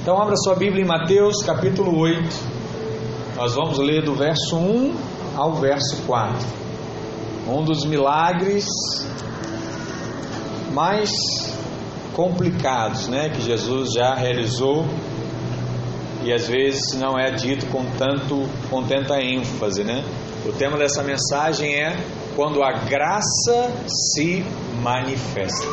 Então abra sua Bíblia em Mateus capítulo 8. Nós vamos ler do verso 1 ao verso 4. Um dos milagres mais complicados, que Jesus já realizou, e às vezes não é dito com tanta ênfase, O tema dessa mensagem é quando a graça se manifesta.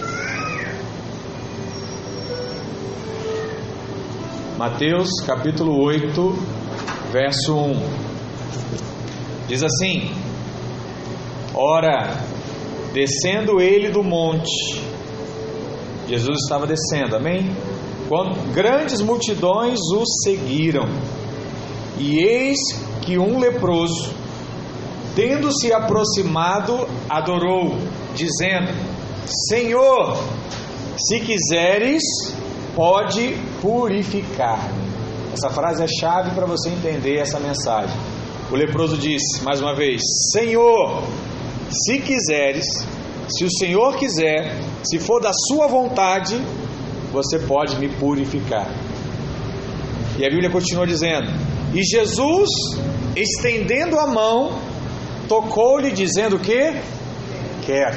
Mateus capítulo 8, verso 1. Diz assim: Ora, descendo ele do monte, Jesus estava descendo, amém? Quando grandes multidões o seguiram, e eis que um leproso, tendo-se aproximado, adorou, dizendo: Senhor, se quiseres, pode purificar-me. Essa frase é chave para você entender essa mensagem. O leproso disse, mais uma vez: Senhor, se quiseres, se o Senhor quiser, se for da sua vontade, você pode me purificar. E a Bíblia continua dizendo: E Jesus, estendendo a mão, tocou-lhe, dizendo o quê? Quero.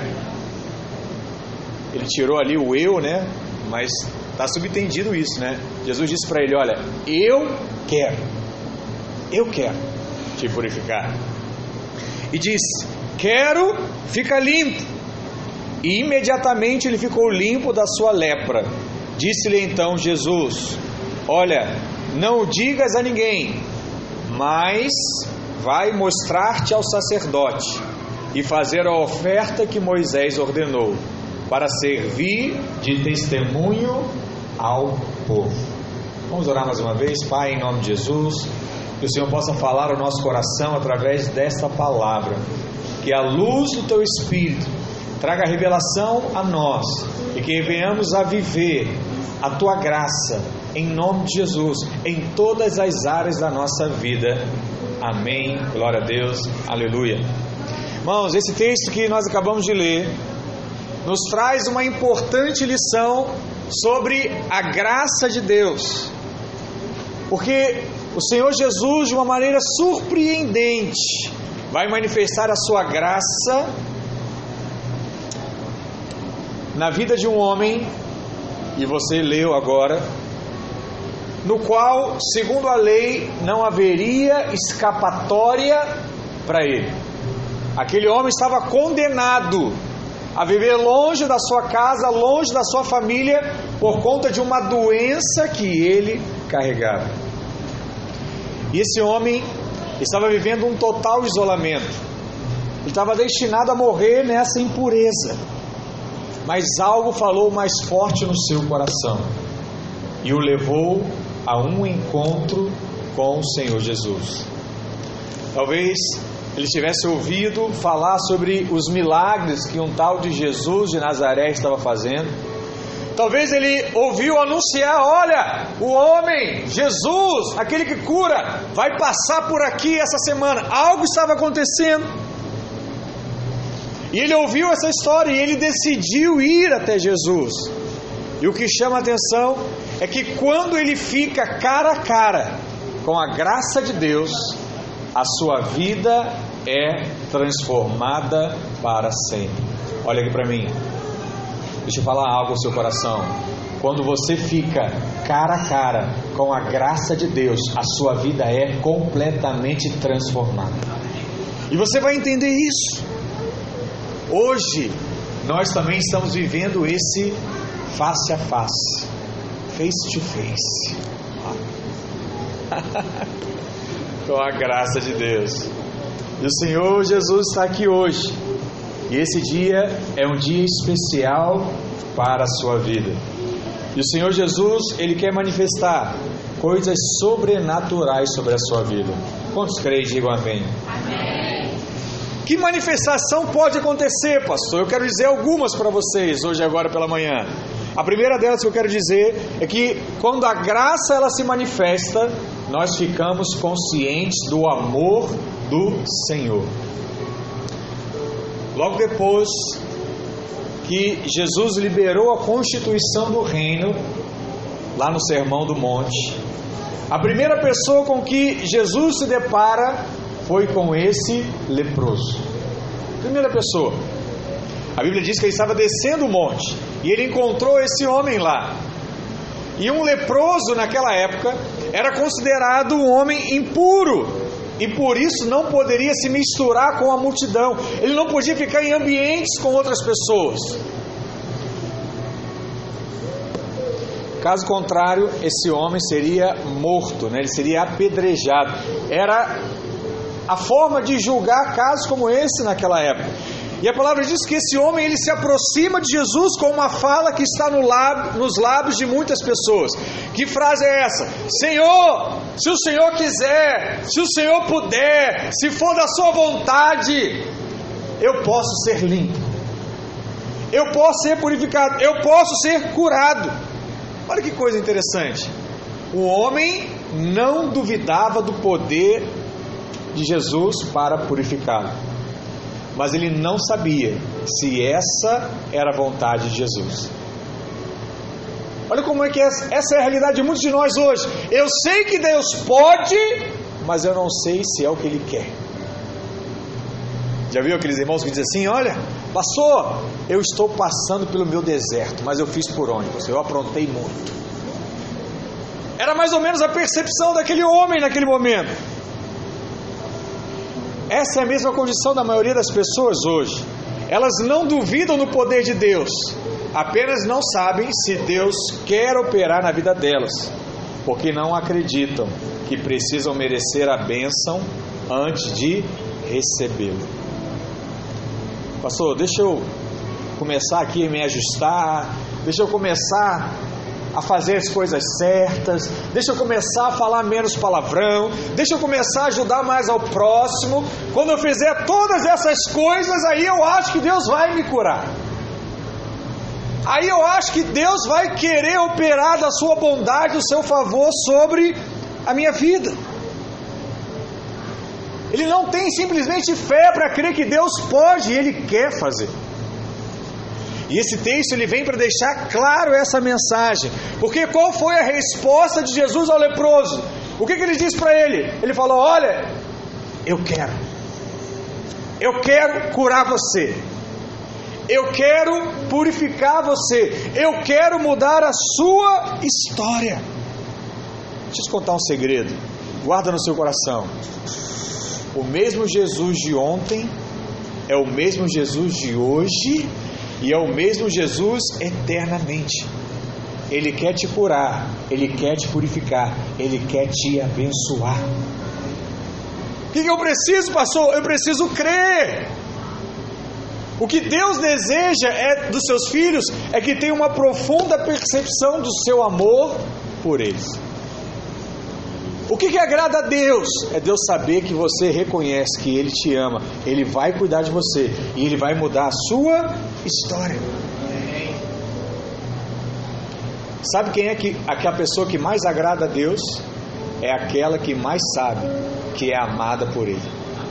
Ele tirou ali o eu, mas está subentendido isso, Jesus disse para ele: olha, eu quero te purificar. E disse: quero, fica limpo. E imediatamente ele ficou limpo da sua lepra. Disse-lhe então Jesus: olha, não o digas a ninguém, mas vai mostrar-te ao sacerdote e fazer a oferta que Moisés ordenou, para servir de testemunho ao povo. Vamos orar mais uma vez. Pai, em nome de Jesus, que o Senhor possa falar ao nosso coração através desta palavra, que a luz do Teu Espírito traga revelação a nós e que venhamos a viver a Tua graça, em nome de Jesus, em todas as áreas da nossa vida. Amém. Glória a Deus. Aleluia. Irmãos, esse texto que nós acabamos de ler nos traz uma importante lição sobre a graça de Deus, porque o Senhor Jesus, de uma maneira surpreendente, vai manifestar a sua graça na vida de um homem, e você leu agora, no qual, segundo a lei, não haveria escapatória para ele. Aquele homem estava condenado a viver longe da sua casa, longe da sua família, por conta de uma doença que ele carregava. E esse homem estava vivendo um total isolamento. Ele estava destinado a morrer nessa impureza. Mas algo falou mais forte no seu coração e o levou a um encontro com o Senhor Jesus. Talvez ele tivesse ouvido falar sobre os milagres que um tal de Jesus de Nazaré estava fazendo. Talvez ele ouviu anunciar: olha, o homem, Jesus, aquele que cura, vai passar por aqui essa semana. Algo estava acontecendo. E ele ouviu essa história e ele decidiu ir até Jesus. E o que chama a atenção é que quando ele fica cara a cara com a graça de Deus, a sua vida é transformada para sempre. Olha aqui para mim. Deixa eu falar algo ao seu coração. Quando você fica cara a cara com a graça de Deus, a sua vida é completamente transformada. E você vai entender isso. Hoje, nós também estamos vivendo esse face a face, face to face, com a graça de Deus. E o Senhor Jesus está aqui hoje. E esse dia é um dia especial para a sua vida. E o Senhor Jesus, Ele quer manifestar coisas sobrenaturais sobre a sua vida. Quantos creem? Digam amém. Amém. Que manifestação pode acontecer, pastor? Eu quero dizer algumas para vocês hoje, agora pela manhã. A primeira delas que eu quero dizer é que quando a graça ela se manifesta, nós ficamos conscientes do amor do Senhor. Logo depois que Jesus liberou a constituição do reino, lá no Sermão do Monte, a primeira pessoa com que Jesus se depara foi com esse leproso. Primeira pessoa. A Bíblia diz que ele estava descendo o monte e ele encontrou esse homem lá. E um leproso naquela época era considerado um homem impuro e por isso não poderia se misturar com a multidão. Ele não podia ficar em ambientes com outras pessoas. Caso contrário, esse homem seria morto, né? Ele seria apedrejado. Era a forma de julgar casos como esse naquela época. E a palavra diz que esse homem, ele se aproxima de Jesus com uma fala que está nos lábios de muitas pessoas. Que frase é essa? Senhor, se o Senhor quiser, se o Senhor puder, se for da sua vontade, eu posso ser limpo, eu posso ser purificado, eu posso ser curado. Olha que coisa interessante. O homem não duvidava do poder de Jesus para purificá-lo, mas ele não sabia se essa era a vontade de Jesus. Olha como é que essa é a realidade de muitos de nós hoje. Eu sei que Deus pode, mas eu não sei se é o que Ele quer. Já viu aqueles irmãos que dizem assim: olha, pastor, eu estou passando pelo meu deserto, mas eu fiz por onde? Eu aprontei muito. Era mais ou menos a percepção daquele homem naquele momento. Essa é a mesma condição da maioria das pessoas hoje. Elas não duvidam do poder de Deus, apenas não sabem se Deus quer operar na vida delas, porque não acreditam que precisam merecer a bênção antes de recebê-la. Pastor, deixa eu começar aqui a me ajustar, deixa eu começar a fazer as coisas certas, deixa eu começar a falar menos palavrão, deixa eu começar a ajudar mais ao próximo. Quando eu fizer todas essas coisas, aí eu acho que Deus vai me curar, aí eu acho que Deus vai querer operar da sua bondade, do seu favor sobre a minha vida. Ele não tem simplesmente fé para crer que Deus pode, e Ele quer fazer. E esse texto ele vem para deixar claro essa mensagem. Porque qual foi a resposta de Jesus ao leproso? O que ele disse para ele? Ele falou: olha, eu quero curar você, eu quero purificar você, eu quero mudar a sua história. Deixa eu te contar um segredo, guarda no seu coração. O mesmo Jesus de ontem é o mesmo Jesus de hoje e é o mesmo Jesus eternamente. Ele quer te curar, Ele quer te purificar, Ele quer te abençoar. O que eu preciso, pastor? Eu preciso crer. O que Deus deseja dos seus filhos é que tenham uma profunda percepção do seu amor por eles. O que agrada a Deus? É Deus saber que você reconhece que Ele te ama, Ele vai cuidar de você e Ele vai mudar a sua história. Sabe quem é aquela pessoa que mais agrada a Deus? É aquela que mais sabe que é amada por Ele.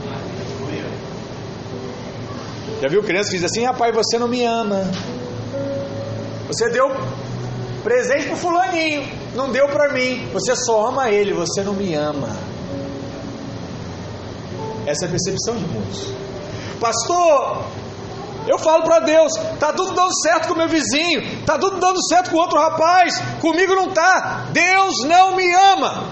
Já viu criança que diz assim: rapaz, você não me ama, você deu presente para o fulaninho, não deu para mim, você só ama ele, você não me ama. Essa é a percepção de muitos. Pastor, eu falo para Deus: está tudo dando certo com o meu vizinho, está tudo dando certo com outro rapaz, comigo não está, Deus não me ama.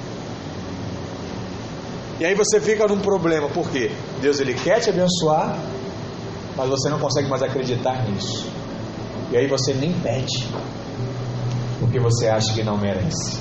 E aí você fica num problema. Por quê? Deus ele quer te abençoar, mas você não consegue mais acreditar nisso, e aí você nem pede, porque você acha que não merece.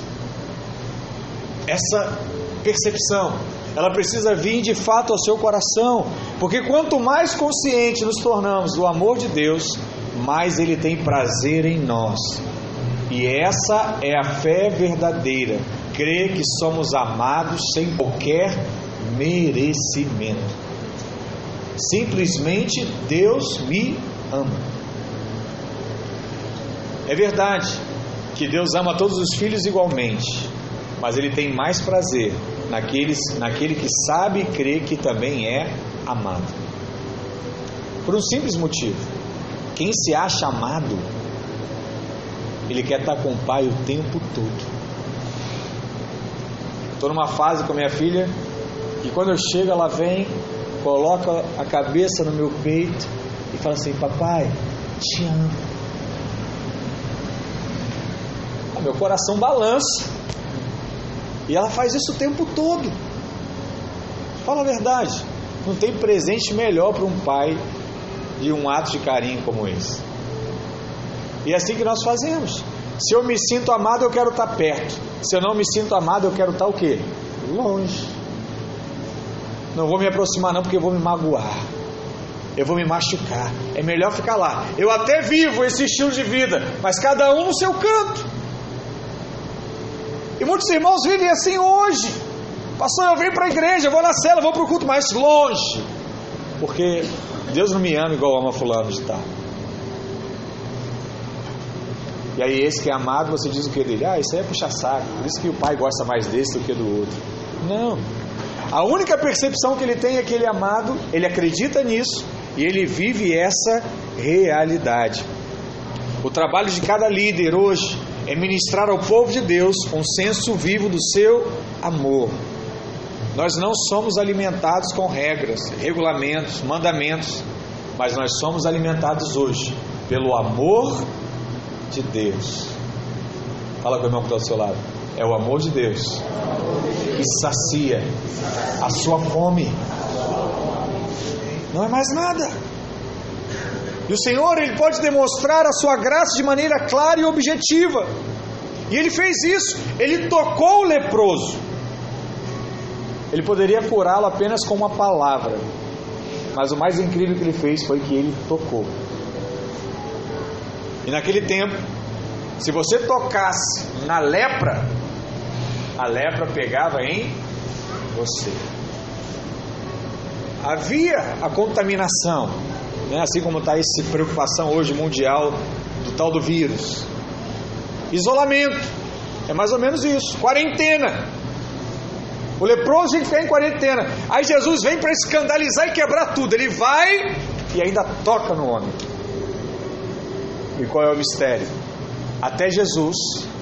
Essa percepção, ela precisa vir de fato ao seu coração, porque quanto mais consciente nos tornamos do amor de Deus, mais Ele tem prazer em nós. E essa é a fé verdadeira, crer que somos amados sem qualquer merecimento. Simplesmente Deus me ama. É verdade que Deus ama todos os filhos igualmente, mas Ele tem mais prazer naquele que sabe e crê que também é amado. Por um simples motivo: quem se acha amado Ele quer estar com o pai o tempo todo. Estou numa fase com a minha filha que quando eu chego ela vem, coloca a cabeça no meu peito e fala assim: papai, te amo. Meu coração balança. E ela faz isso o tempo todo. Fala a verdade, não tem presente melhor para um pai de um ato de carinho como esse. E é assim que nós fazemos. Se eu me sinto amado, eu quero estar perto. Se eu não me sinto amado, eu quero estar o quê? Longe. Não vou me aproximar não, porque eu vou me magoar, eu vou me machucar. É melhor ficar lá. Eu até vivo esse estilo de vida, mas cada um no seu canto. E muitos irmãos vivem assim hoje. Pastor, eu venho para a igreja, eu vou na cela, vou para o culto, mas longe, porque Deus não me ama igual ama fulano de tal. E aí esse que é amado, você diz o que dele? Isso aí é puxar saco, por isso que o pai gosta mais desse do que do outro. Não. A única percepção que ele tem é que ele é amado, ele acredita nisso e ele vive essa realidade. O trabalho de cada líder hoje é ministrar ao povo de Deus um senso vivo do seu amor. Nós não somos alimentados com regras, regulamentos, mandamentos, mas nós somos alimentados hoje pelo amor de Deus. Fala com o irmão que está do seu lado. É o amor de Deus que sacia a sua fome. Não é mais nada. E o Senhor, Ele pode demonstrar a sua graça de maneira clara e objetiva. E Ele fez isso. Ele tocou o leproso. Ele poderia curá-lo apenas com uma palavra, mas o mais incrível que Ele fez foi que Ele tocou. E naquele tempo, se você tocasse na lepra, a lepra pegava em você. Havia a contaminação, né? Assim como está essa preocupação hoje mundial do tal do vírus. Isolamento, é mais ou menos isso. Quarentena. O leproso tinha que ficar em quarentena. Aí Jesus vem para escandalizar e quebrar tudo. Ele vai e ainda toca no homem. E qual é o mistério? Até Jesus,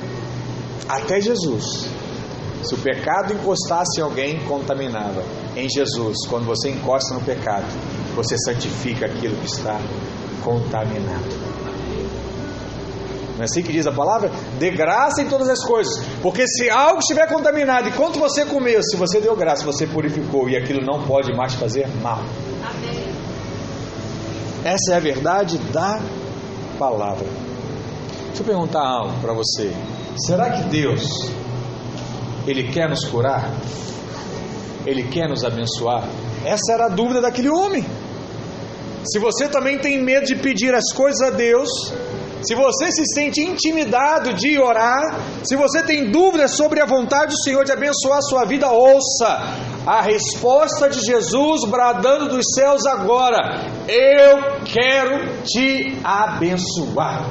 se o pecado encostasse em alguém, contaminava. Em Jesus, quando você encosta no pecado, você santifica aquilo que está contaminado. Não é assim que diz a palavra? Dê graça em todas as coisas, porque se algo estiver contaminado, enquanto você comeu, se você deu graça, você purificou, e aquilo não pode mais fazer mal. Amém. Essa é a verdade da palavra. Deixa eu perguntar algo para você. Será que Deus, Ele quer nos curar? Ele quer nos abençoar? Essa era a dúvida daquele homem. Se você também tem medo de pedir as coisas a Deus, se você se sente intimidado de orar, se você tem dúvidas sobre a vontade do Senhor de abençoar a sua vida, ouça a resposta de Jesus bradando dos céus agora: eu quero te abençoar.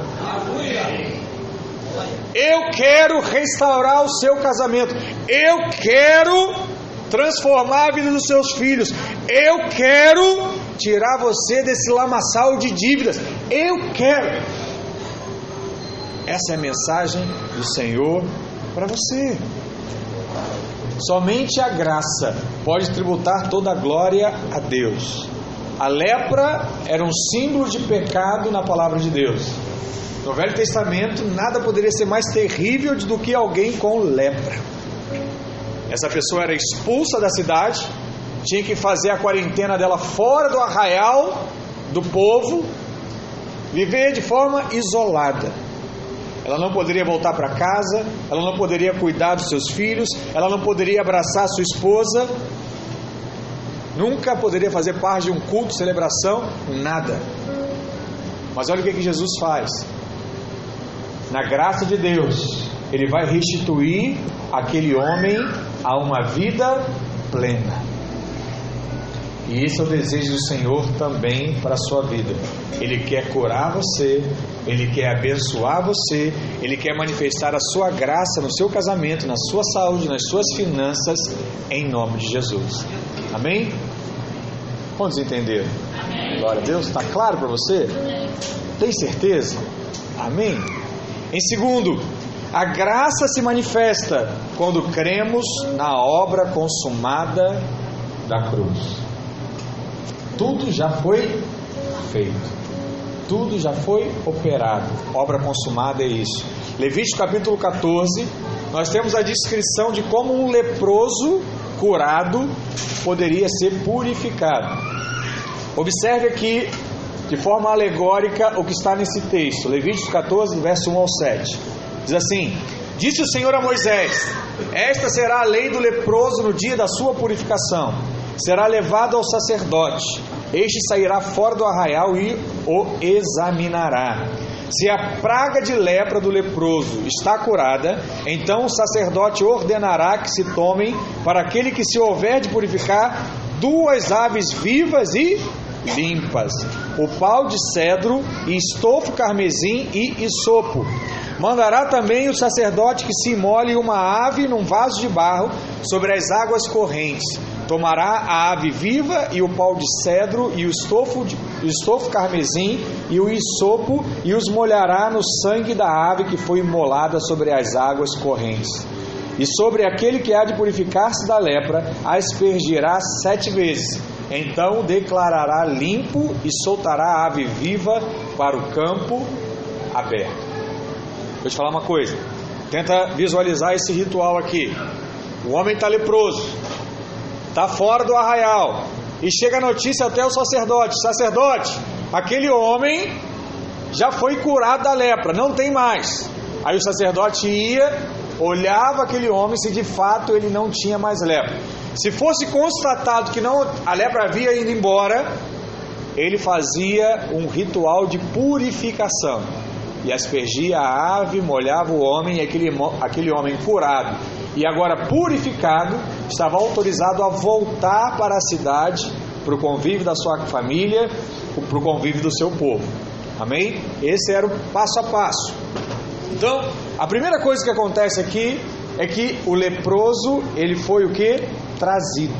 Eu quero restaurar o seu casamento. Eu quero transformar a vida dos seus filhos. Eu quero tirar você desse lamaçal de dívidas. Eu quero. Essa é a mensagem do Senhor para você. Somente a graça pode tributar toda a glória a Deus. A lepra era um símbolo de pecado na palavra de Deus. No Velho Testamento, nada poderia ser mais terrível do que alguém com lepra. Essa pessoa era expulsa da cidade, tinha que fazer a quarentena dela fora do arraial do povo, viver de forma isolada. Ela não poderia voltar para casa, ela não poderia cuidar dos seus filhos, ela não poderia abraçar sua esposa, nunca poderia fazer parte de um culto, celebração, nada. Mas olha o que Jesus faz. Na graça de Deus, Ele vai restituir aquele homem a uma vida plena. E esse é o desejo do Senhor também para a sua vida. Ele quer curar você, Ele quer abençoar você, Ele quer manifestar a sua graça no seu casamento, na sua saúde, nas suas finanças, em nome de Jesus. Amém? Quantos entenderam? Amém. Glória a Deus. Está claro para você? Amém. Tem certeza? Amém? Em segundo, a graça se manifesta quando cremos na obra consumada da cruz. Tudo já foi feito. Tudo já foi operado. Obra consumada é isso. Levítico capítulo 14, nós temos a descrição de como um leproso curado poderia ser purificado. Observe aqui, de forma alegórica, o que está nesse texto. Levítico 14, verso 1 ao 7. Diz assim: disse o Senhor a Moisés: esta será a lei do leproso no dia da sua purificação. Será levado ao sacerdote. Este sairá fora do arraial e o examinará. Se a praga de lepra do leproso está curada, então o sacerdote ordenará que se tomem, para aquele que se houver de purificar, 2 aves vivas e limpas, o pau de cedro e estofo carmesim e isopo. Mandará também o sacerdote que se imole uma ave num vaso de barro sobre as águas correntes. Tomará a ave viva e o pau de cedro e o estofo carmesim e o isopo e os molhará no sangue da ave que foi imolada sobre as águas correntes. E sobre aquele que há de purificar-se da lepra, a aspergirá 7 vezes. Então o declarará limpo e soltará a ave viva para o campo aberto. Vou te falar uma coisa. Tenta visualizar esse ritual aqui. O homem está leproso, está fora do arraial, e chega a notícia até o sacerdote: sacerdote, aquele homem já foi curado da lepra, não tem mais. Aí o sacerdote ia, olhava aquele homem se de fato ele não tinha mais lepra. Se fosse constatado que não, a lepra havia ido embora, ele fazia um ritual de purificação e aspergia a ave, molhava o homem, e aquele homem curado e agora purificado estava autorizado a voltar para a cidade, para o convívio da sua família, para o convívio do seu povo. Amém? Esse era o passo a passo. Então, a primeira coisa que acontece aqui é que o leproso, ele foi o que? Trazido.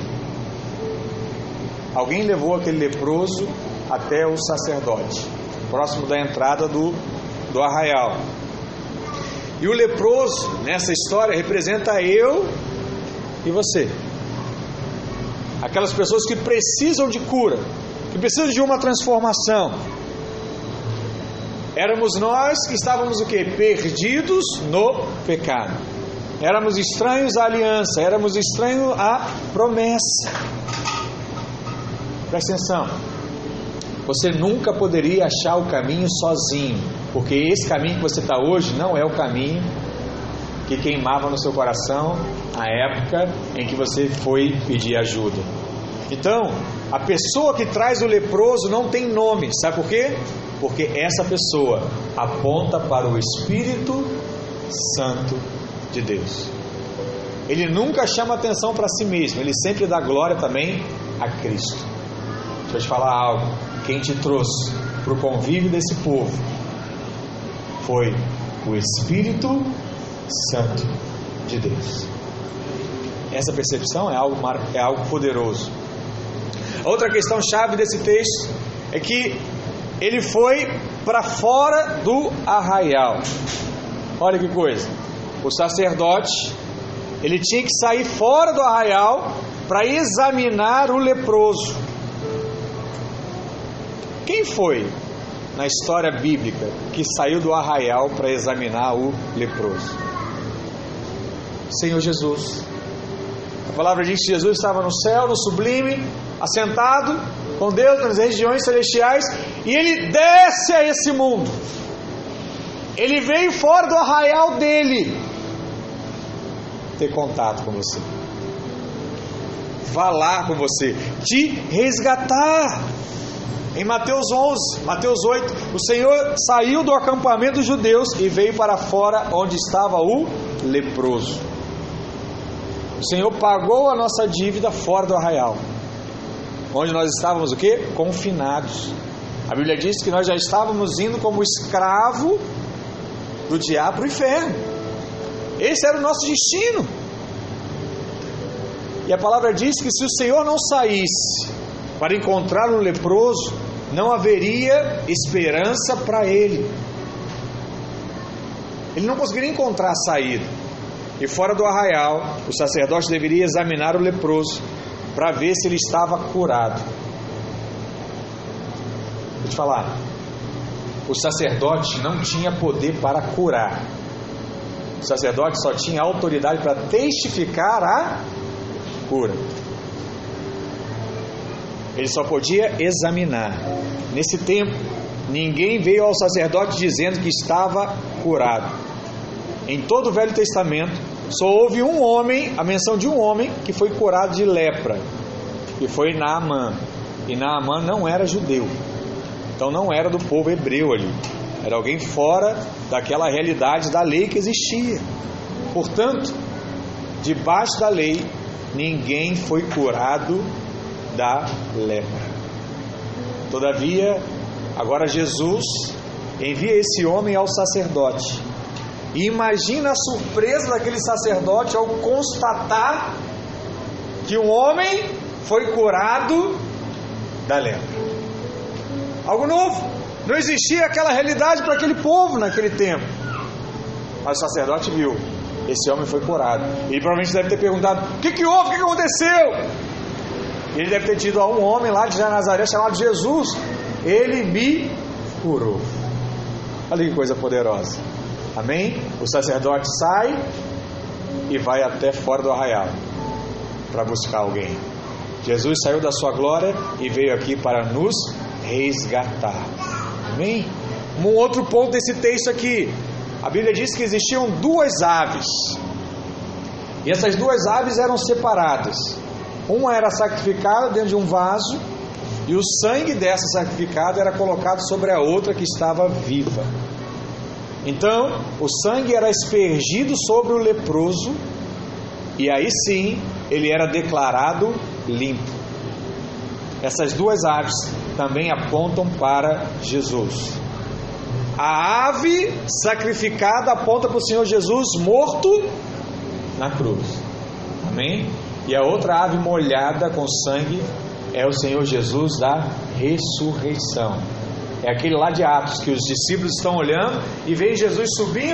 Alguém levou aquele leproso até o sacerdote, próximo da entrada do arraial. E o leproso, nessa história, representa eu e você. Aquelas pessoas que precisam de cura, que precisam de uma transformação. Éramos nós que estávamos o quê? Perdidos no pecado. Éramos estranhos à aliança, éramos estranhos à promessa. Presta atenção. Você nunca poderia achar o caminho sozinho, porque esse caminho que você está hoje não é o caminho que queimava no seu coração na época em que você foi pedir ajuda. Então, a pessoa que traz o leproso não tem nome, sabe por quê? Porque essa pessoa aponta para o Espírito Santo de Deus. Ele nunca chama atenção para si mesmo, ele sempre dá glória também a Cristo. Deixa eu te falar algo. Quem te trouxe para o convívio desse povo foi o Espírito Santo de Deus. Essa percepção é algo poderoso. Outra questão chave desse texto é que ele foi para fora do arraial. Olha que coisa. O sacerdote, ele tinha que sair fora do arraial para examinar o leproso. Quem foi na história bíblica que saiu do arraial para examinar o leproso? Senhor Jesus. A palavra diz que Jesus estava no céu, no sublime, assentado com Deus nas regiões celestiais, e ele desce a esse mundo. Ele veio fora do arraial dele ter contato com você, falar com você, te resgatar. Em Mateus 11, Mateus 8, o Senhor saiu do acampamento dos judeus e veio para fora onde estava o leproso. O Senhor pagou a nossa dívida fora do arraial, onde nós estávamos o quê? Confinados. A Bíblia diz que nós já estávamos indo como escravo do diabo para o inferno. Esse era o nosso destino. E a palavra diz que se o Senhor não saísse para encontrar o leproso, não haveria esperança para ele. Ele não conseguiria encontrar a saída. E fora do arraial, o sacerdote deveria examinar o leproso para ver se ele estava curado. Vou te falar, o sacerdote não tinha poder para curar. O sacerdote só tinha autoridade para testificar a cura. Ele só podia examinar. Nesse tempo, ninguém veio ao sacerdote dizendo que estava curado. Em todo o Velho Testamento, só houve um homem, a menção de um homem que foi curado de lepra, que foi Naamã. E Naamã não era judeu, então não era do povo hebreu ali, era alguém fora daquela realidade da lei que existia. Portanto, debaixo da lei, ninguém foi curado da lepra. Todavia, agora Jesus envia esse homem ao sacerdote. E imagina a surpresa daquele sacerdote ao constatar que um homem foi curado da lepra. Algo novo. Não existia aquela realidade para aquele povo naquele tempo. Mas o sacerdote viu, esse homem foi curado. Ele provavelmente deve ter perguntado: o que houve? O que aconteceu? Ele deve ter tido um homem lá de Nazaré chamado Jesus. Ele me curou. Olha que coisa poderosa. Amém? O sacerdote sai e vai até fora do arraial para buscar alguém. Jesus saiu da sua glória e veio aqui para nos resgatar. Amém? Um outro ponto desse texto aqui, a Bíblia diz que existiam duas aves, e essas duas aves eram separadas. Uma era sacrificada dentro de um vaso, e o sangue dessa sacrificada era colocado sobre a outra que estava viva. Então, o sangue era aspergido sobre o leproso, e aí sim, ele era declarado limpo. Essas duas aves também apontam para Jesus. A ave sacrificada aponta para o Senhor Jesus morto na cruz. Amém? E a outra ave molhada com sangue é o Senhor Jesus da ressurreição. É aquele lá de Atos, que os discípulos estão olhando e veem Jesus subindo,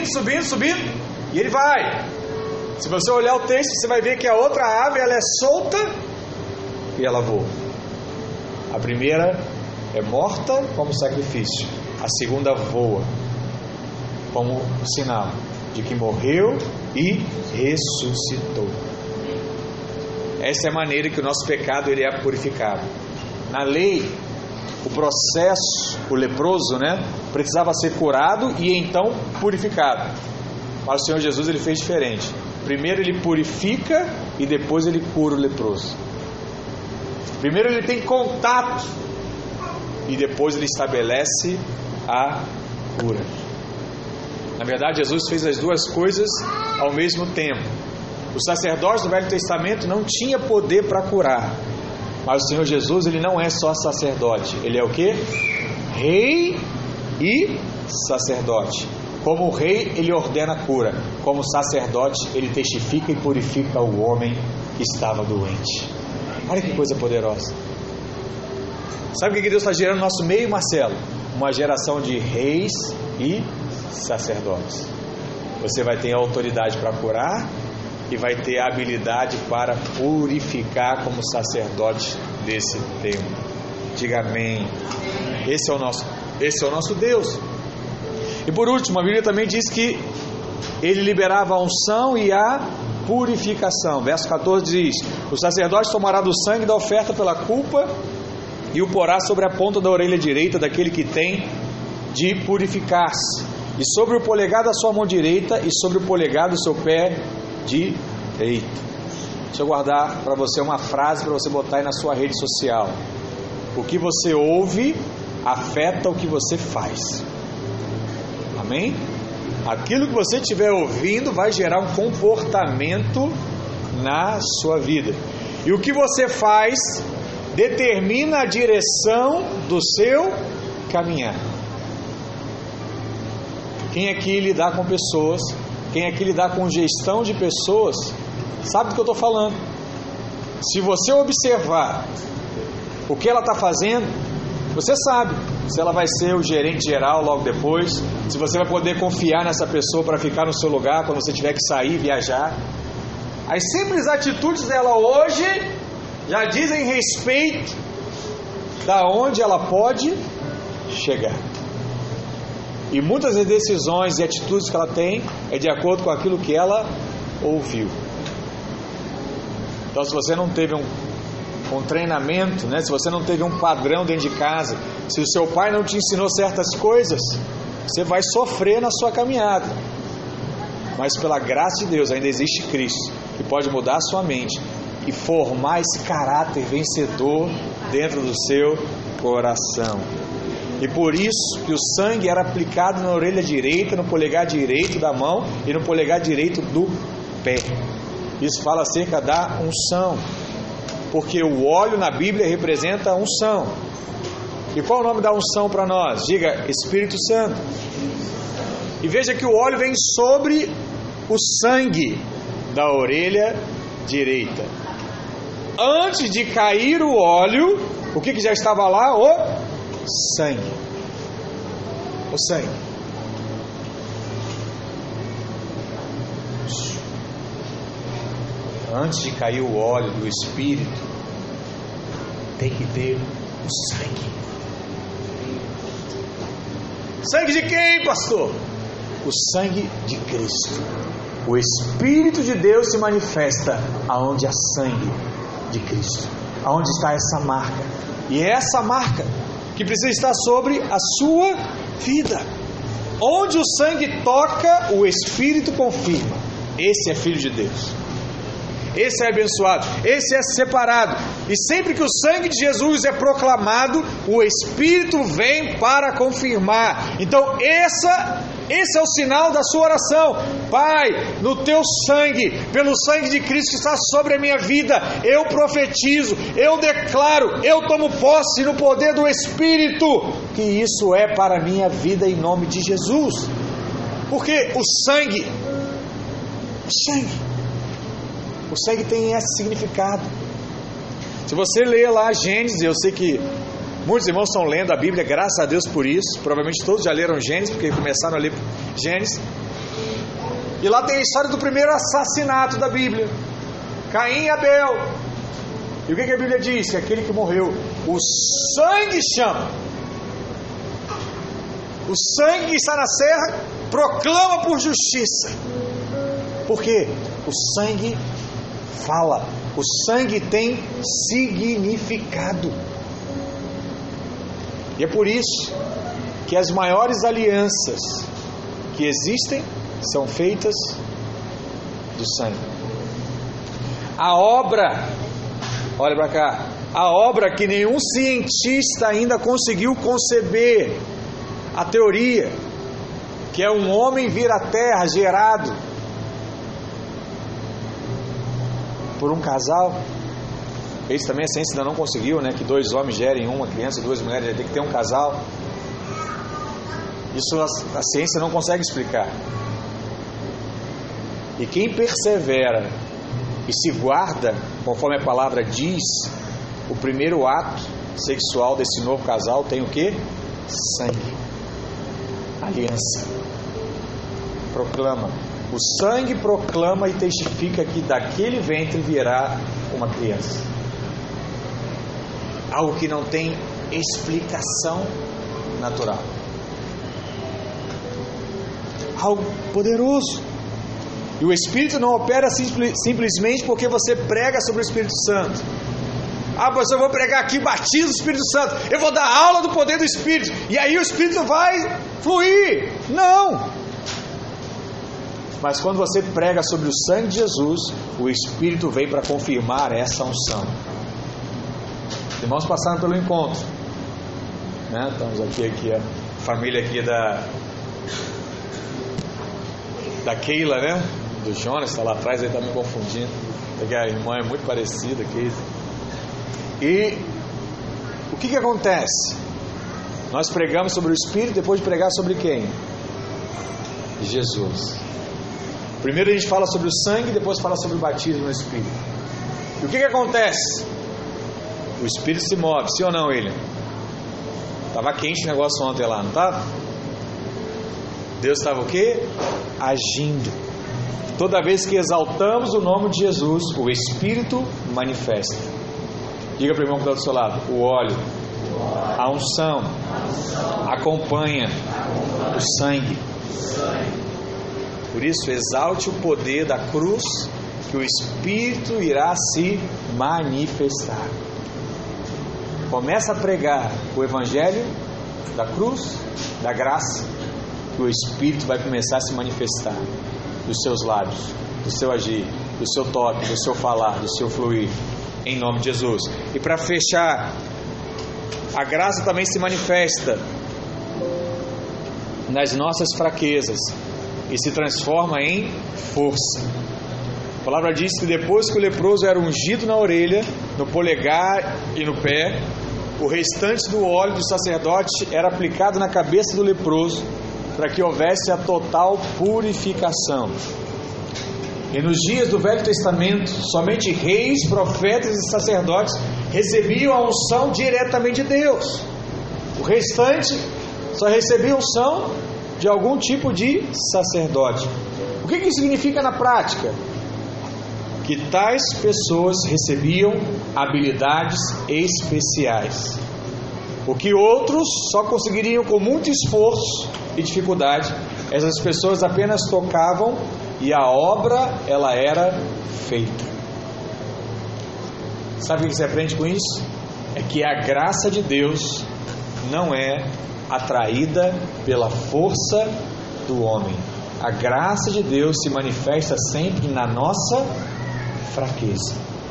e ele vai. Se você olhar o texto, você vai ver que a outra ave, ela é solta e ela voa. A primeira é morta como sacrifício, a segunda voa como sinal de que morreu e ressuscitou. Essa é a maneira que o nosso pecado ele é purificado. Na lei, o processo, o leproso, precisava ser curado e então purificado. Mas o Senhor Jesus ele fez diferente. Primeiro ele purifica e depois ele cura o leproso. Primeiro ele tem contato e depois ele estabelece a cura. Na verdade, Jesus fez as duas coisas ao mesmo tempo. O sacerdote do Velho Testamento não tinha poder para curar, mas o Senhor Jesus ele não é só sacerdote, ele é o quê? Rei e sacerdote. Como rei ele ordena a cura, como sacerdote ele testifica e purifica o homem que estava doente. Olha que coisa poderosa. Sabe o que Deus está gerando no nosso meio, Marcelo? Uma geração de reis e sacerdotes. Você vai ter autoridade para curar e vai ter a habilidade para purificar como sacerdote desse tempo. Diga amém. Esse é o nosso Deus. E por último, a Bíblia também diz que ele liberava a unção e a purificação. Verso 14 diz: o sacerdote tomará do sangue da oferta pela culpa e o porá sobre a ponta da orelha direita daquele que tem de purificar-se, e sobre o polegar da sua mão direita e sobre o polegar do seu pé direito. Deixa eu guardar para você uma frase para você botar aí na sua rede social. O que você ouve afeta o que você faz. Amém? Aquilo que você estiver ouvindo vai gerar um comportamento na sua vida. E o que você faz determina a direção do seu caminhar. Quem aqui lidar com pessoas, quem aqui lidar com gestão de pessoas, sabe do que eu estou falando. Se você observar o que ela está fazendo, você sabe se ela vai ser o gerente geral logo depois, se você vai poder confiar nessa pessoa para ficar no seu lugar quando você tiver que sair, viajar. As simples atitudes dela hoje já dizem respeito da onde ela pode chegar. E muitas das decisões e atitudes que ela tem é de acordo com aquilo que ela ouviu. Então, se você não teve um treinamento, né? Se você não teve um padrão dentro de casa, se o seu pai não te ensinou certas coisas, você vai sofrer na sua caminhada. Mas pela graça de Deus ainda existe Cristo, que pode mudar a sua mente e formar esse caráter vencedor dentro do seu coração. E por isso que o sangue era aplicado na orelha direita, no polegar direito da mão e no polegar direito do pé. Isso fala acerca da unção, porque o óleo na Bíblia representa a unção. E qual é o nome da unção para nós? Diga, Espírito Santo. E veja que o óleo vem sobre o sangue da orelha direita. Antes de cair o óleo, o que já estava lá? O sangue. O sangue. Antes de cair o óleo do Espírito, tem que ter o sangue. Sangue de quem, pastor? O sangue de Cristo. O Espírito de Deus se manifesta aonde há sangue de Cristo, aonde está essa marca. E é essa marca que precisa estar sobre a sua vida. Onde o sangue toca, o Espírito confirma: esse é filho de Deus, esse é abençoado, esse é separado. E sempre que o sangue de Jesus é proclamado, o Espírito vem para confirmar. Então esse é o sinal da sua oração. Pai, no teu sangue, pelo sangue de Cristo que está sobre a minha vida, eu profetizo, eu declaro, eu tomo posse no poder do Espírito, que isso é para a minha vida em nome de Jesus. Porque o sangue tem esse significado. Se você ler lá Gênesis, eu sei que muitos irmãos estão lendo a Bíblia, graças a Deus por isso. Provavelmente todos já leram Gênesis, porque começaram a ler Gênesis. E lá tem a história do primeiro assassinato da Bíblia, Caim e Abel. E o que a Bíblia diz? Que aquele que morreu, o sangue chama. O sangue que está na serra proclama por justiça. Por quê? O sangue fala, o sangue tem significado. E é por isso que as maiores alianças que existem são feitas do sangue. A obra, olha para cá, a obra que nenhum cientista ainda conseguiu conceber, a teoria, que é um homem vir à terra gerado por um casal. Isso também a ciência ainda não conseguiu, né? Que dois homens gerem uma criança, duas mulheres, tem que ter um casal. Isso a ciência não consegue explicar. E quem persevera e se guarda, conforme a palavra diz, o primeiro ato sexual desse novo casal tem o quê? Sangue. Aliança. Proclama. O sangue proclama e testifica que daquele ventre virá uma criança. Algo que não tem explicação natural. Algo poderoso. E o Espírito não opera simplesmente porque você prega sobre o Espírito Santo. Ah, mas eu vou pregar aqui, batizo o Espírito Santo, eu vou dar aula do poder do Espírito, e aí o Espírito vai fluir. Não! Mas quando você prega sobre o sangue de Jesus, o Espírito vem para confirmar essa unção. Os irmãos passaram pelo encontro, né? Estamos aqui a família aqui da Keila, né? Do Jonas, está lá atrás, ele está me confundindo, porque a irmã é muito parecida aqui. E o que acontece? Nós pregamos sobre o Espírito, depois de pregar sobre quem? Jesus. Primeiro a gente fala sobre o sangue, depois fala sobre o batismo no Espírito. E o que acontece? O Espírito se move, sim ou não, William? Estava quente o negócio ontem lá, não estava? Deus estava o quê? Agindo. Toda vez que exaltamos o nome de Jesus, o Espírito manifesta. Diga para o irmão que está do seu lado: o óleo, a unção acompanha o sangue. Por isso, exalte o poder da cruz, que o Espírito irá se manifestar. Começa a pregar o Evangelho da cruz, da graça, que o Espírito vai começar a se manifestar dos seus lábios, do seu agir, do seu toque, do seu falar, do seu fluir, em nome de Jesus. E para fechar, a graça também se manifesta nas nossas fraquezas e se transforma em força. A palavra diz que depois que o leproso era ungido na orelha, no polegar e no pé, o restante do óleo do sacerdote era aplicado na cabeça do leproso, para que houvesse a total purificação. E nos dias do Velho Testamento, somente reis, profetas e sacerdotes recebiam a unção diretamente de Deus. O restante só recebia unção de algum tipo de sacerdote. O que isso significa na prática? Que tais pessoas recebiam habilidades especiais, o que outros só conseguiriam com muito esforço e dificuldade. Essas pessoas apenas tocavam e a obra ela era feita. Sabe o que você aprende com isso? É que a graça de Deus não é atraída pela força do homem. A graça de Deus se manifesta sempre na nossa fraqueza.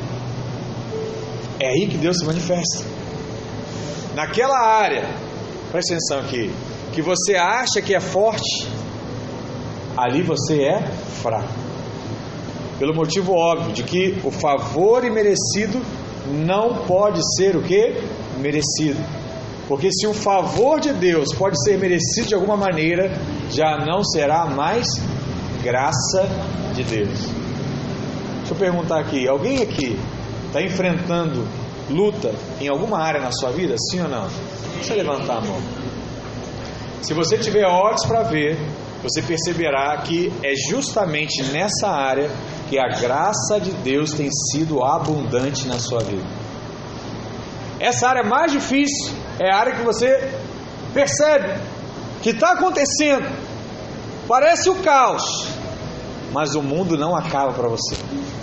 É aí que Deus se manifesta. Naquela área, presta atenção aqui, que você acha que é forte, ali você é fraco. Pelo motivo óbvio de que o favor imerecido não pode ser o que? Merecido. Porque se o favor de Deus pode ser merecido de alguma maneira, já não será mais graça de Deus. Deixa eu perguntar aqui, alguém aqui está enfrentando luta em alguma área na sua vida, sim ou não? Deixa eu levantar a mão. Se você tiver olhos para ver, você perceberá que é justamente nessa área que a graça de Deus tem sido abundante na sua vida. Essa área mais difícil é a área que você percebe que está acontecendo, parece o caos, mas o mundo não acaba para você.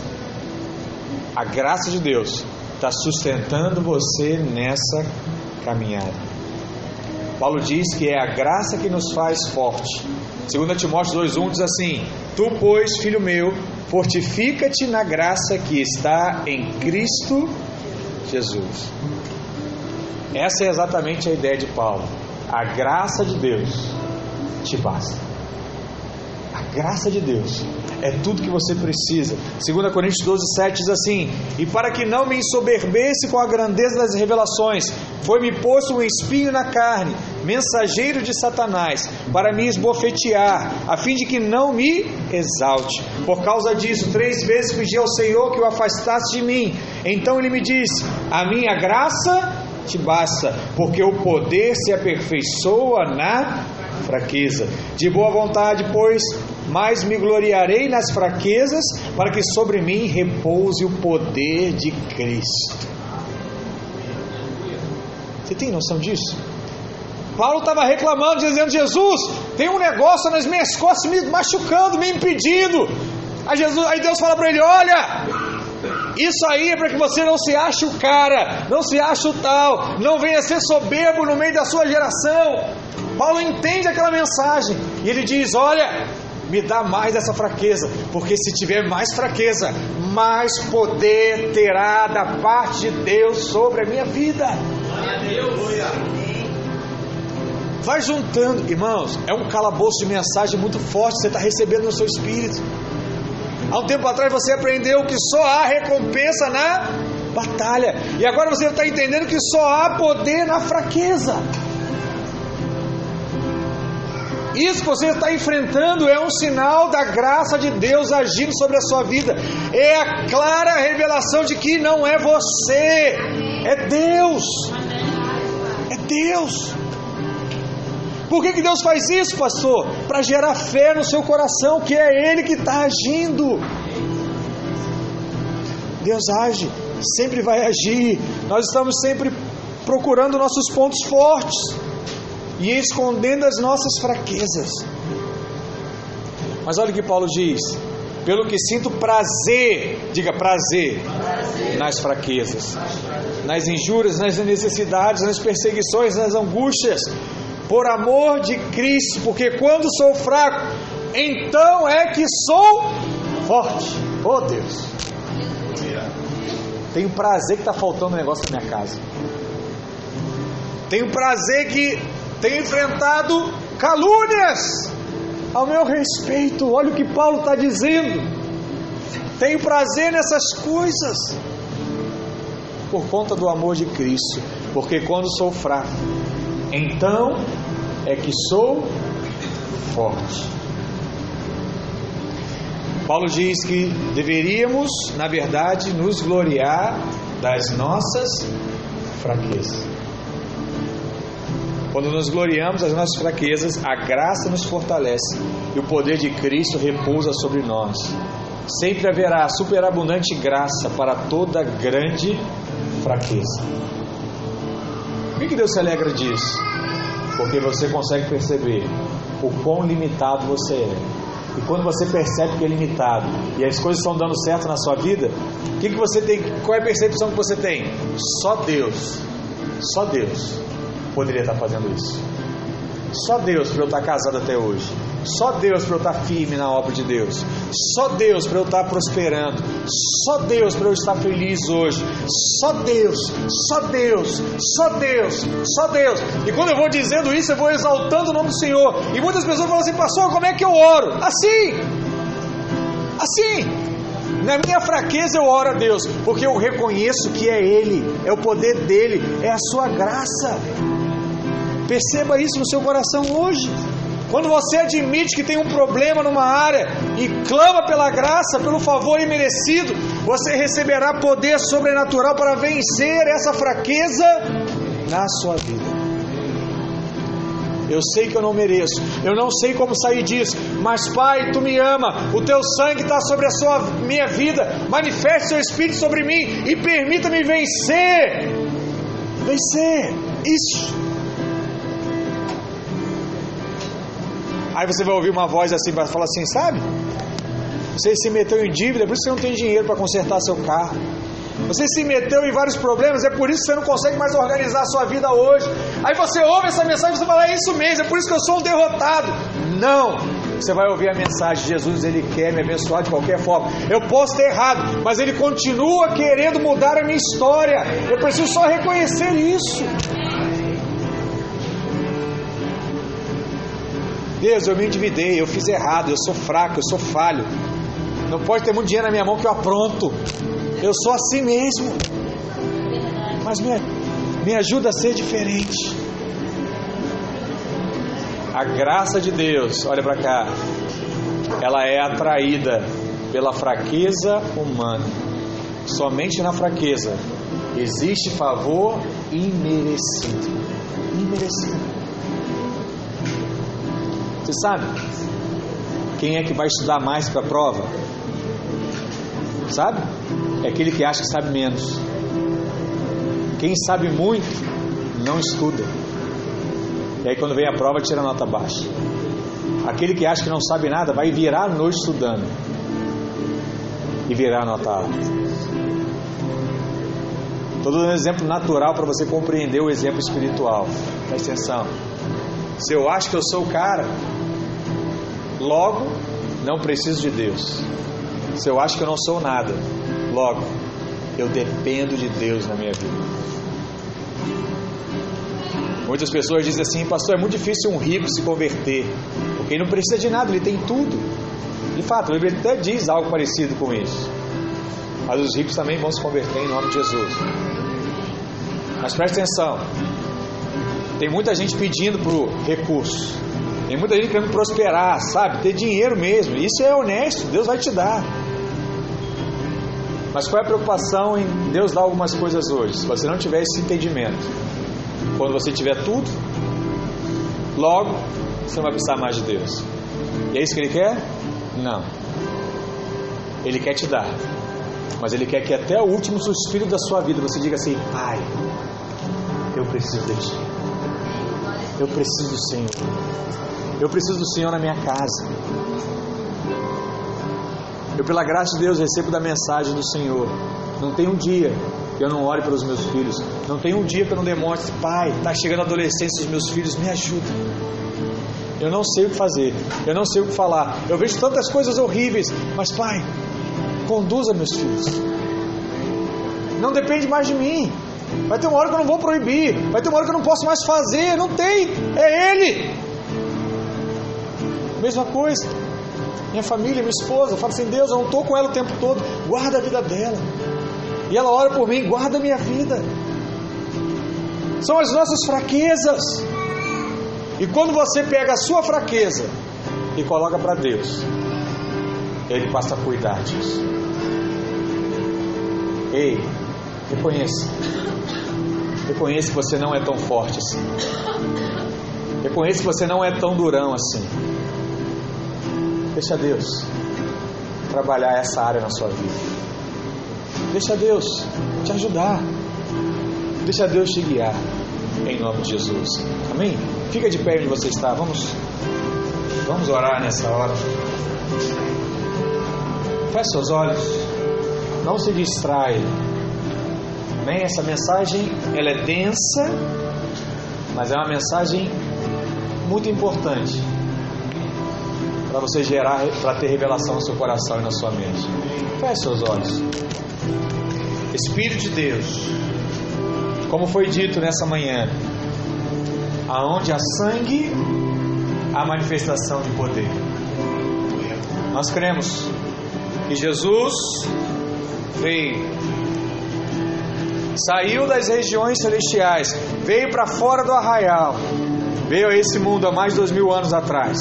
A graça de Deus está sustentando você nessa caminhada. Paulo diz que é a graça que nos faz forte. 2 Timóteo 2,1 diz assim: Tu, pois, filho meu, fortifica-te na graça que está em Cristo Jesus. Essa é exatamente a ideia de Paulo. A graça de Deus te basta. A graça de Deus é tudo que você precisa. 2 Coríntios 12,7 diz assim: E para que não me ensoberbece com a grandeza das revelações, foi-me posto um espinho na carne, mensageiro de Satanás, para me esbofetear, a fim de que não me exalte. Por causa disso, 3 vezes pedi ao Senhor que o afastasse de mim. Então ele me disse: A minha graça te basta, porque o poder se aperfeiçoa na fraqueza. De boa vontade, pois, mas me gloriarei nas fraquezas, para que sobre mim repouse o poder de Cristo. Você tem noção disso? Paulo estava reclamando, dizendo: Jesus, tem um negócio nas minhas costas me machucando, me impedindo. Aí Deus fala para ele: olha, isso aí é para que você não se ache o cara, não se ache o tal, não venha ser soberbo no meio da sua geração. Paulo entende aquela mensagem e ele diz: olha, me dá mais essa fraqueza, porque se tiver mais fraqueza, mais poder terá da parte de Deus sobre a minha vida. Vai juntando, irmãos, é um calabouço de mensagem muito forte que você está recebendo no seu espírito. Há um tempo atrás você aprendeu que só há recompensa na batalha, e agora você está entendendo que só há poder na fraqueza. Isso que você está enfrentando é um sinal da graça de Deus agindo sobre a sua vida. É a clara revelação de que não é você, é Deus. É Deus. Por que Deus faz isso, pastor? Para gerar fé no seu coração, que é Ele que está agindo. Deus age, sempre vai agir. Nós estamos sempre procurando nossos pontos fortes e escondendo as nossas fraquezas. Mas olha o que Paulo diz: pelo que sinto prazer, diga prazer, nas fraquezas, nas injúrias, nas necessidades, nas perseguições, nas angústias, por amor de Cristo, porque quando sou fraco, então é que sou forte. Oh Deus, tenho prazer que está faltando um negócio na minha casa. Tenho prazer que tenho enfrentado calúnias ao meu respeito. Olha o que Paulo está dizendo. Tenho prazer nessas coisas por conta do amor de Cristo, porque quando sou fraco, então é que sou forte. Paulo diz que deveríamos, na verdade, nos gloriar das nossas fraquezas. Quando nos gloriamos das nossas fraquezas, a graça nos fortalece e o poder de Cristo repousa sobre nós. Sempre haverá superabundante graça para toda grande fraqueza. Por que Deus se alegra disso? Porque você consegue perceber o quão limitado você é. E quando você percebe que é limitado e as coisas estão dando certo na sua vida, o que você tem? Qual é a percepção que você tem? Só Deus poderia estar fazendo isso. Só Deus para eu estar casado até hoje. Só Deus para eu estar firme na obra de Deus. Só Deus para eu estar prosperando. Só Deus para eu estar feliz hoje. Só Deus, só Deus, só Deus, só Deus. E quando eu vou dizendo isso, eu vou exaltando o nome do Senhor. E muitas pessoas falam assim: pastor, como é que eu oro? Assim. Na minha fraqueza eu oro a Deus, porque eu reconheço que é Ele, é o poder dEle, é a sua graça. Perceba isso no seu coração hoje. Quando você admite que tem um problema numa área e clama pela graça, pelo favor imerecido, você receberá poder sobrenatural para vencer essa fraqueza na sua vida. Eu sei que eu não mereço, eu não sei como sair disso, mas Pai, Tu me ama, o Teu sangue está sobre a minha vida, manifeste Seu Espírito sobre mim e permita-me vencer isso. Aí você vai ouvir uma voz assim, vai falar assim: sabe, você se meteu em dívida, é por isso que você não tem dinheiro para consertar seu carro. Você se meteu em vários problemas, é por isso que você não consegue mais organizar a sua vida hoje. Aí você ouve essa mensagem e você fala: é isso mesmo, é por isso que eu sou um derrotado. Não, você vai ouvir a mensagem: Jesus, Ele quer me abençoar de qualquer forma. Eu posso ter errado, mas Ele continua querendo mudar a minha história. Eu preciso só reconhecer isso. Deus, eu me endividei, eu fiz errado, eu sou fraco, eu sou falho. Não pode ter muito dinheiro na minha mão que eu apronto. Eu sou assim mesmo. Mas me ajuda a ser diferente. A graça de Deus, olha para cá, ela é atraída pela fraqueza humana. Somente na fraqueza existe favor imerecido. Você sabe quem é que vai estudar mais para a prova? Sabe? É aquele que acha que sabe menos. Quem sabe muito não estuda. E aí quando vem a prova tira nota baixa. Aquele que acha que não sabe nada vai virar a noite estudando e virar nota alta. Estou dando um exemplo natural para você compreender o exemplo espiritual. Presta atenção. Se eu acho que eu sou o cara, logo não preciso de Deus. Se eu acho que eu não sou nada, logo eu dependo de Deus na minha vida. Muitas pessoas dizem assim: pastor, é muito difícil um rico se converter, porque ele não precisa de nada, ele tem tudo. De fato, a Bíblia até diz algo parecido com isso. Mas os ricos também vão se converter em nome de Jesus. Mas preste atenção, tem muita gente pedindo por recurso, tem muita gente querendo prosperar, sabe, ter dinheiro mesmo. Isso é honesto, Deus vai te dar. Mas qual é a preocupação em Deus dar algumas coisas hoje, se você não tiver esse entendimento? Quando você tiver tudo, Logo, você não vai precisar mais de Deus. E é isso que Ele quer? Não. Ele quer te dar, mas Ele quer que até o último suspiro da sua vida você diga assim: Pai, eu preciso de Ti. Eu preciso do Senhor. Eu preciso do Senhor na minha casa. Eu, pela graça de Deus, recebo da mensagem do Senhor. Não tem um dia que eu não ore pelos meus filhos. Não tem um dia que eu não demonstre: Pai, está chegando a adolescência dos meus filhos, me ajuda. Eu não sei o que fazer, eu não sei o que falar. Eu vejo tantas coisas horríveis, mas Pai, conduza meus filhos. Não depende mais de mim. Vai ter uma hora que eu não vou proibir, vai ter uma hora que eu não posso mais fazer. Não tem, é Ele. Mesma coisa, minha família, minha esposa, fala assim: Deus, eu não estou com ela o tempo todo, guarda a vida dela. E ela ora por mim: guarda a minha vida. São as nossas fraquezas. E quando você pega a sua fraqueza e coloca para Deus, Ele passa a cuidar disso. Ei, reconheça. Reconheça que você não é tão forte assim. Reconheça que você não é tão durão assim. Deixa Deus trabalhar essa área na sua vida. Deixa Deus te ajudar. Deixa Deus te guiar. Em nome de Jesus. Amém? Fica de pé onde você está. Vamos orar nessa hora. Feche seus olhos. Não se distraia. Amém? Essa mensagem, ela é densa, mas é uma mensagem muito importante para você gerar, para ter revelação no seu coração e na sua mente. Feche seus olhos. Espírito de Deus, como foi dito nessa manhã, aonde há sangue, há manifestação de poder. Nós cremos que Jesus veio, saiu das regiões celestiais, veio para fora do arraial, veio a esse mundo há mais de 2000 anos atrás,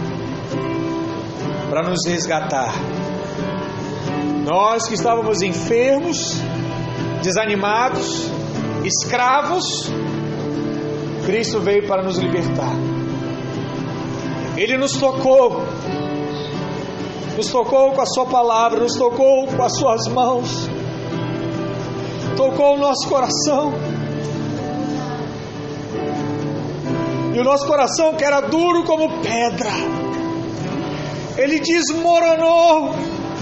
para nos resgatar. Nós que estávamos enfermos, desanimados, escravos, Cristo veio para nos libertar. Ele nos tocou com a sua palavra, nos tocou com as suas mãos, tocou o nosso coração, e o nosso coração, que era duro como pedra, Ele desmoronou.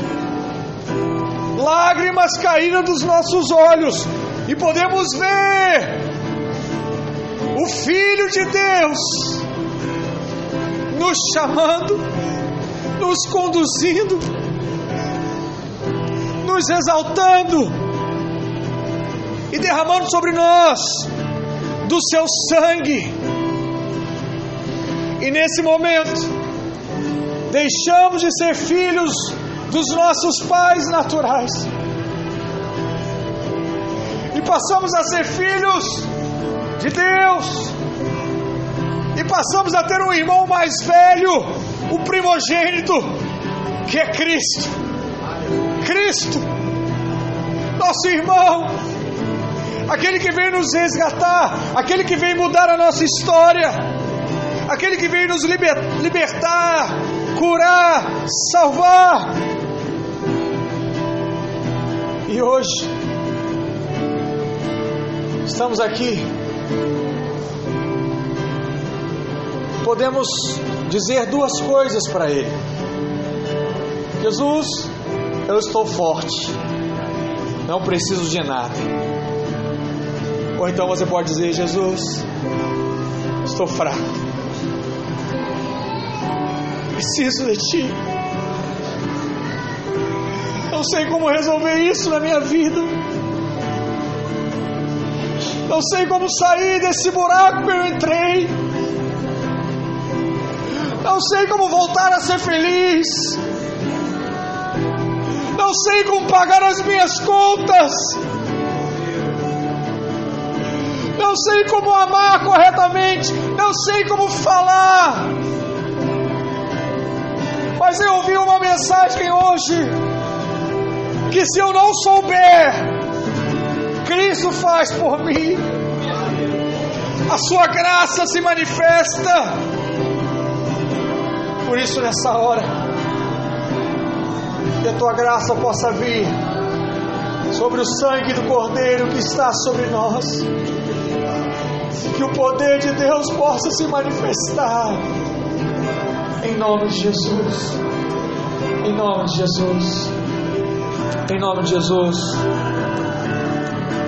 Lágrimas caíram dos nossos olhos e podemos ver o Filho de Deus nos chamando, nos conduzindo, nos exaltando e derramando sobre nós do seu sangue. E nesse momento deixamos de ser filhos dos nossos pais naturais e passamos a ser filhos de Deus, e passamos a ter um irmão mais velho, o primogênito, que é Cristo. Cristo, nosso irmão, aquele que veio nos resgatar, aquele que veio mudar a nossa história, aquele que veio nos libertar, curar, salvar. E hoje estamos aqui, podemos dizer duas coisas para Ele: Jesus, eu estou forte, não preciso de nada. Ou então você pode dizer: Jesus, estou fraco, preciso de Ti, não sei como resolver isso na minha vida, não sei como sair desse buraco que eu entrei, não sei como voltar a ser feliz, não sei como pagar as minhas contas, não sei como amar corretamente, não sei como falar. Mas eu ouvi uma mensagem hoje, que se eu não souber, Cristo faz por mim. a sua graça se manifesta. Por isso, nessa hora, que a tua graça possa vir sobre o sangue do Cordeiro que está sobre nós, que o poder de Deus possa se manifestar, em nome de Jesus, em nome de Jesus, em nome de Jesus.